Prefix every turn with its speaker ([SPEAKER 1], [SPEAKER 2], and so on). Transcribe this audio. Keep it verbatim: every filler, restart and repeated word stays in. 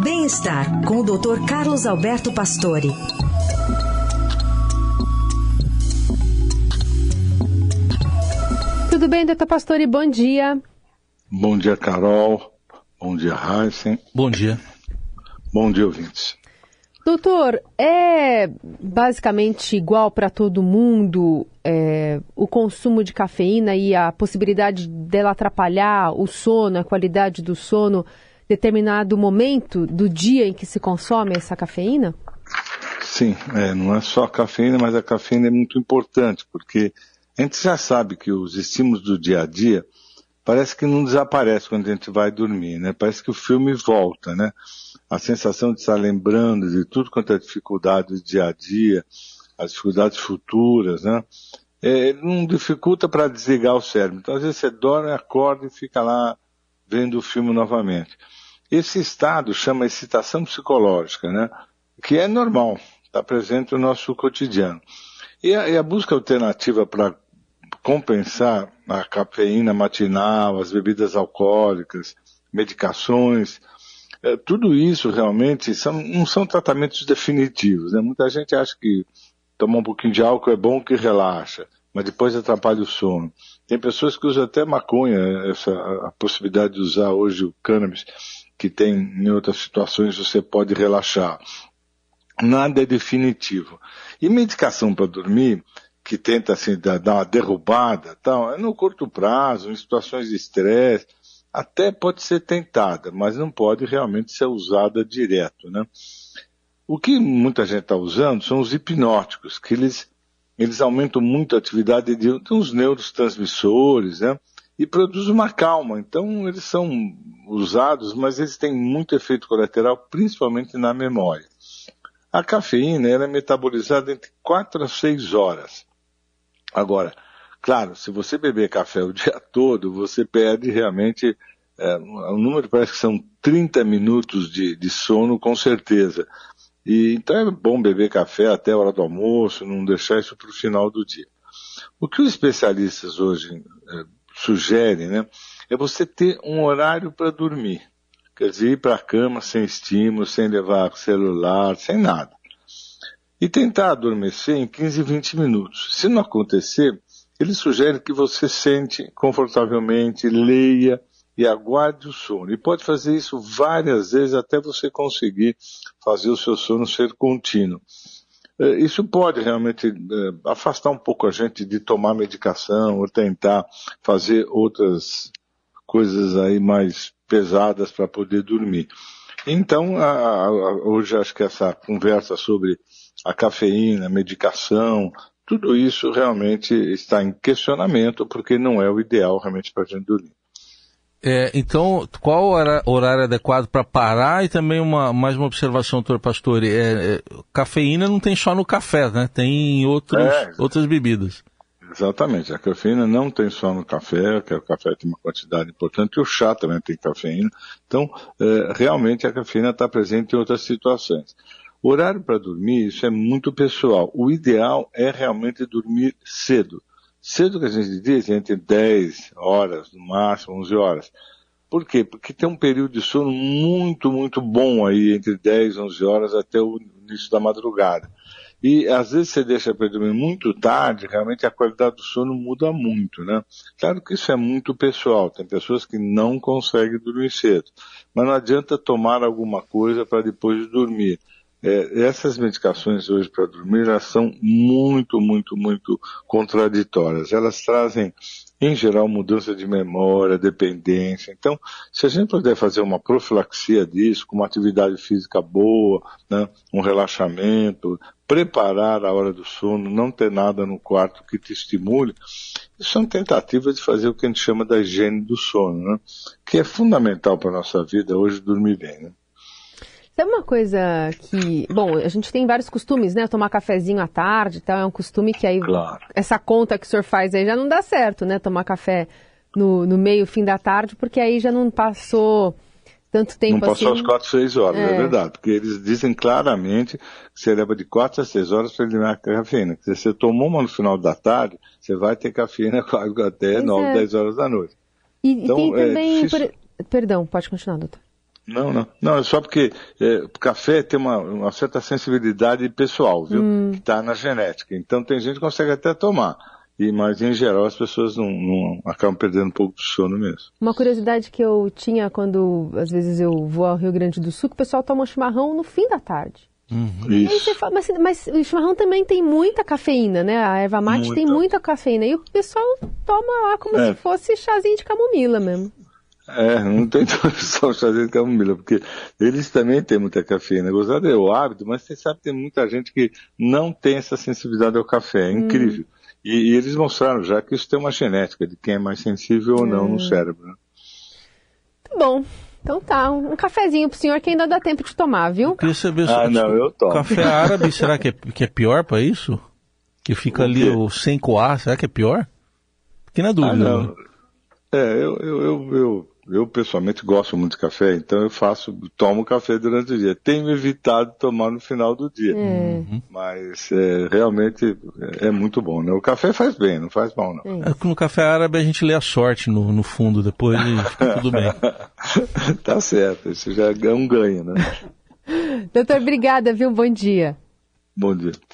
[SPEAKER 1] Bem-estar, com o doutor Carlos Alberto Pastore.
[SPEAKER 2] Tudo bem, doutor Pastore? Bom dia.
[SPEAKER 3] Bom dia, Carol. Bom dia, Heisen.
[SPEAKER 4] Bom dia.
[SPEAKER 3] Bom dia, ouvintes.
[SPEAKER 2] Doutor, é basicamente igual para todo mundo é, o consumo de cafeína e a possibilidade dela atrapalhar o sono, a qualidade do sono, determinado momento do dia em que se consome essa cafeína?
[SPEAKER 3] Sim, é, não é só a cafeína, mas a cafeína é muito importante, porque a gente já sabe que os estímulos do dia a dia parece que não desaparece quando a gente vai dormir, né? Parece que o filme volta, né? A sensação de estar lembrando de tudo quanto é dificuldade do dia a dia, as dificuldades futuras, né? É, não dificulta para desligar o cérebro. Então, às vezes você dorme, acorda e fica lá vendo o filme novamente. Esse estado chama excitação psicológica, né? Que é normal, está presente no nosso cotidiano. E a, e a busca alternativa para compensar a cafeína matinal, as bebidas alcoólicas, medicações, é, tudo isso realmente são, não são tratamentos definitivos, né? Muita gente acha que tomar um pouquinho de álcool é bom, que relaxa, mas depois atrapalha o sono. Tem pessoas que usam até maconha, essa, a possibilidade de usar hoje o cannabis, que tem em outras situações você pode relaxar. Nada é definitivo. E medicação para dormir, que tenta assim, dar uma derrubada, tal, é no curto prazo, em situações de estresse, até pode ser tentada, mas não pode realmente ser usada direto, né? O que muita gente está usando são os hipnóticos, que eles, eles aumentam muito a atividade de, de uns neurotransmissores, né? E produzem uma calma. Então eles são usados, mas eles têm muito efeito colateral, principalmente na memória. A cafeína ela é metabolizada entre quatro a seis horas. Agora, claro, se você beber café o dia todo, você perde realmente, é, o número parece que são trinta minutos de, de sono, com certeza. E, então é bom beber café até a hora do almoço, não deixar isso para o final do dia. O que os especialistas hoje é, sugerem, né, é você ter um horário para dormir. Quer dizer, ir para a cama sem estímulo, sem levar celular, sem nada. E tentar adormecer em quinze, vinte minutos. Se não acontecer, ele sugere que você sente confortavelmente, leia e aguarde o sono. E pode fazer isso várias vezes até você conseguir fazer o seu sono ser contínuo. Isso pode realmente afastar um pouco a gente de tomar medicação ou tentar fazer outras coisas aí mais pesadas para poder dormir. Então, a, a, hoje acho que essa conversa sobre a cafeína, a medicação, tudo isso realmente está em questionamento, porque não é o ideal realmente para a gente dormir.
[SPEAKER 4] É, então, qual o horário adequado para parar? E também uma, mais uma observação, doutor Pastore, é, é, cafeína não tem só no café, né? Tem em outros, é, outras bebidas.
[SPEAKER 3] Exatamente, a cafeína não tem só no café, que o café tem uma quantidade importante, e o chá também tem cafeína. Então, é, realmente a cafeína está presente em outras situações. O horário para dormir, isso é muito pessoal. O ideal é realmente dormir cedo. Cedo que a gente diz, entre dez horas, no máximo onze horas. Por quê? Porque tem um período de sono muito, muito bom aí, entre dez, onze horas até o início da madrugada. E às vezes você deixa para dormir muito tarde, realmente a qualidade do sono muda muito, né? Claro que isso é muito pessoal, tem pessoas que não conseguem dormir cedo, mas não adianta tomar alguma coisa para depois dormir. É, essas medicações hoje para dormir, elas são muito, muito, muito contraditórias. Elas trazem, em geral, mudança de memória, dependência. Então, se a gente puder fazer uma profilaxia disso, com uma atividade física boa, né, um relaxamento, preparar a hora do sono, não ter nada no quarto que te estimule, isso são tentativas de fazer o que a gente chama da higiene do sono, né, que é fundamental para a nossa vida hoje, dormir bem, né?
[SPEAKER 2] Sabe uma coisa que... Bom, a gente tem vários costumes, né? Tomar cafezinho à tarde e tal, é um costume que aí...
[SPEAKER 3] Claro.
[SPEAKER 2] Essa conta que o senhor faz aí já não dá certo, né? Tomar café no, no meio, fim da tarde, porque aí já não passou tanto tempo assim...
[SPEAKER 3] Não passou
[SPEAKER 2] assim...
[SPEAKER 3] as quatro, seis horas, é. é verdade. Porque eles dizem claramente que você leva de quatro a seis horas para eliminar a cafeína. Se você tomou uma no final da tarde, você vai ter cafeína até nove, dez horas da noite.
[SPEAKER 2] E,
[SPEAKER 3] então,
[SPEAKER 2] e tem
[SPEAKER 3] é
[SPEAKER 2] também...
[SPEAKER 3] difícil...
[SPEAKER 2] Por... Perdão, pode continuar, doutor.
[SPEAKER 3] Não, não. Não, é só porque é, o café tem uma, uma certa sensibilidade pessoal, viu? Hum. Que está na genética. Então tem gente que consegue até tomar. E, mas em geral as pessoas não, não acabam perdendo um pouco de sono mesmo.
[SPEAKER 2] Uma curiosidade que eu tinha quando às vezes eu vou ao Rio Grande do Sul, que o pessoal toma chimarrão no fim da tarde.
[SPEAKER 3] Uhum. Isso.
[SPEAKER 2] Aí você fala, mas, mas o chimarrão também tem muita cafeína, né? A erva mate muita. tem muita cafeína. E o pessoal toma lá como é. se fosse chazinho de camomila mesmo.
[SPEAKER 3] É, não tem só chazinho de camomila, porque eles também têm muita cafeína. Gozado é o hábito, mas você sabe que tem muita gente que não tem essa sensibilidade ao café. É incrível. Hum. E, e eles mostraram já que isso tem uma genética de quem é mais sensível ou não hum. no cérebro. Né?
[SPEAKER 2] Muito bom. Então tá, um cafezinho pro senhor que ainda dá tempo de tomar, viu?
[SPEAKER 4] Eu queria saber
[SPEAKER 3] ah, não, eu tomo.
[SPEAKER 4] Café árabe, será que é, que é pior pra isso? Que fica ali o sem coar, será que é pior? Fiquei na dúvida.
[SPEAKER 3] Ah, não.
[SPEAKER 4] Né?
[SPEAKER 3] É, eu, eu, eu, eu, eu pessoalmente gosto muito de café, então eu faço, tomo café durante o dia. Tenho evitado tomar no final do dia.
[SPEAKER 2] Uhum.
[SPEAKER 3] Mas é, realmente é muito bom, né? O café faz bem, não faz mal, não.
[SPEAKER 4] É, no café árabe a gente lê a sorte no, no fundo, depois fica tudo bem.
[SPEAKER 3] Tá certo, isso já é um ganho, né?
[SPEAKER 2] Doutor, obrigada, viu? Bom dia.
[SPEAKER 3] Bom dia.